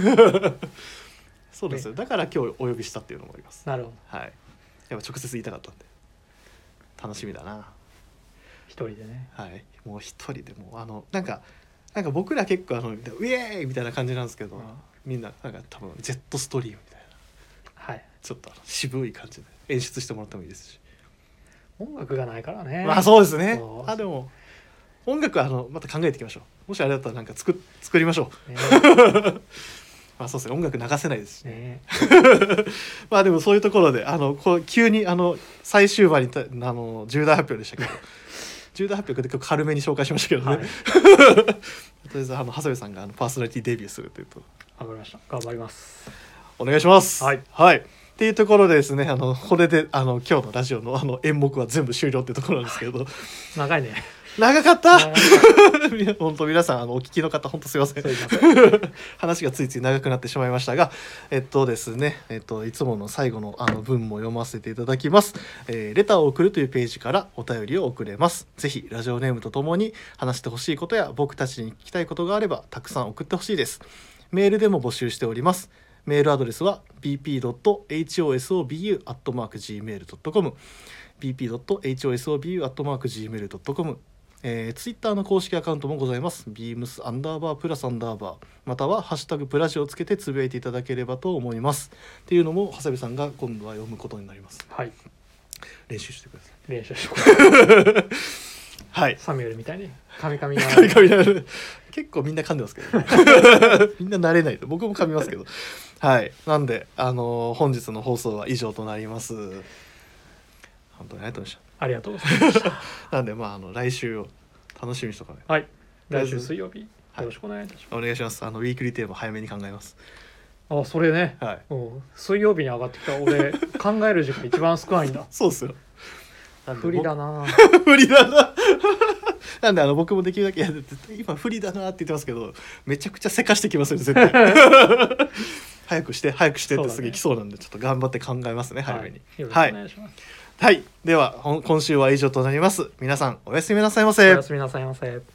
[SPEAKER 1] そうですよ、だから今日お呼びしたっていうのもあります。
[SPEAKER 2] なるほ
[SPEAKER 1] ど、はい、やっぱ直接言いたかったんで楽しみだな。
[SPEAKER 2] 一人でね、
[SPEAKER 1] はい、もう一人でもなんか僕ら結構ウェーイみたいな感じなんですけど、みんななんか多分ジェットストリームみたいな、はい、ちょっと渋い感じで演出してもらってもいいですし、
[SPEAKER 2] 音楽がないからね。
[SPEAKER 1] まあそうですね。でも音楽はまた考えていきましょう。もしあれだったらなんか作りましょう、ねまあそうですね、音楽流せないですしねまあでもそういうところで急に最終話に重大発表でしたけど重大発表で結構軽めに紹介しましたけどね、はい、とりあえず長谷部さんがパーソナリティデビューするというと、
[SPEAKER 2] 頑張りました。頑張ります。
[SPEAKER 1] お願いします。
[SPEAKER 2] はい、
[SPEAKER 1] はい、っていうところでですね、これで今日のラジオの演目は全部終了っていうところなんですけど
[SPEAKER 2] 長いね。
[SPEAKER 1] 長かった本当皆さんお聞きの方本当すいません話がついつい長くなってしまいましたが、ですね、いつもの最後の文も読ませていただきます。レターを送るというページからお便りを送れます。ぜひラジオネームとともに話してほしいことや僕たちに聞きたいことがあればたくさん送ってほしいです。メールでも募集しております。メールアドレスは bp.hosobu@gmail.com bp.hosobu@gmail.com。ツイッターの公式アカウントもございます。beams_+_ またはハッシュタグプラジをつけてつぶやいていただければと思います。っていうのも長谷部さんが今度は読むことになります。
[SPEAKER 2] はい。
[SPEAKER 1] 練習してください。
[SPEAKER 2] 練習してください。
[SPEAKER 1] はい。
[SPEAKER 2] サミュエルみたいに噛み噛み
[SPEAKER 1] なる。結構みんな噛んでますけど、ね、みんな慣れないと僕も噛みますけど、はい。なんで本日の放送は以上となります。本当にありがとうございました。
[SPEAKER 2] ありがとうございました。
[SPEAKER 1] なんで来週を楽しみにしとかね。
[SPEAKER 2] はい。来週水曜日よろしくお願いいたします。
[SPEAKER 1] お願いします。ウィークリーテーマ早めに考えます。
[SPEAKER 2] あ、それね。はい。水曜日に上がってきた俺考える時間一番少ないんだ。
[SPEAKER 1] そうっすよ。
[SPEAKER 2] 不利だな。
[SPEAKER 1] 不利だな。なんで僕もできるだけ今不利だなって言ってますけど、めちゃくちゃせかしてきますよ絶対。早くしてってすげえ来そうなんで、ちょっと頑張って考えますね、早めに。
[SPEAKER 2] よろしくお願いします。
[SPEAKER 1] はい、では今週は以上となります。皆さんおやすみなさいませ。
[SPEAKER 2] おやすみなさいませ。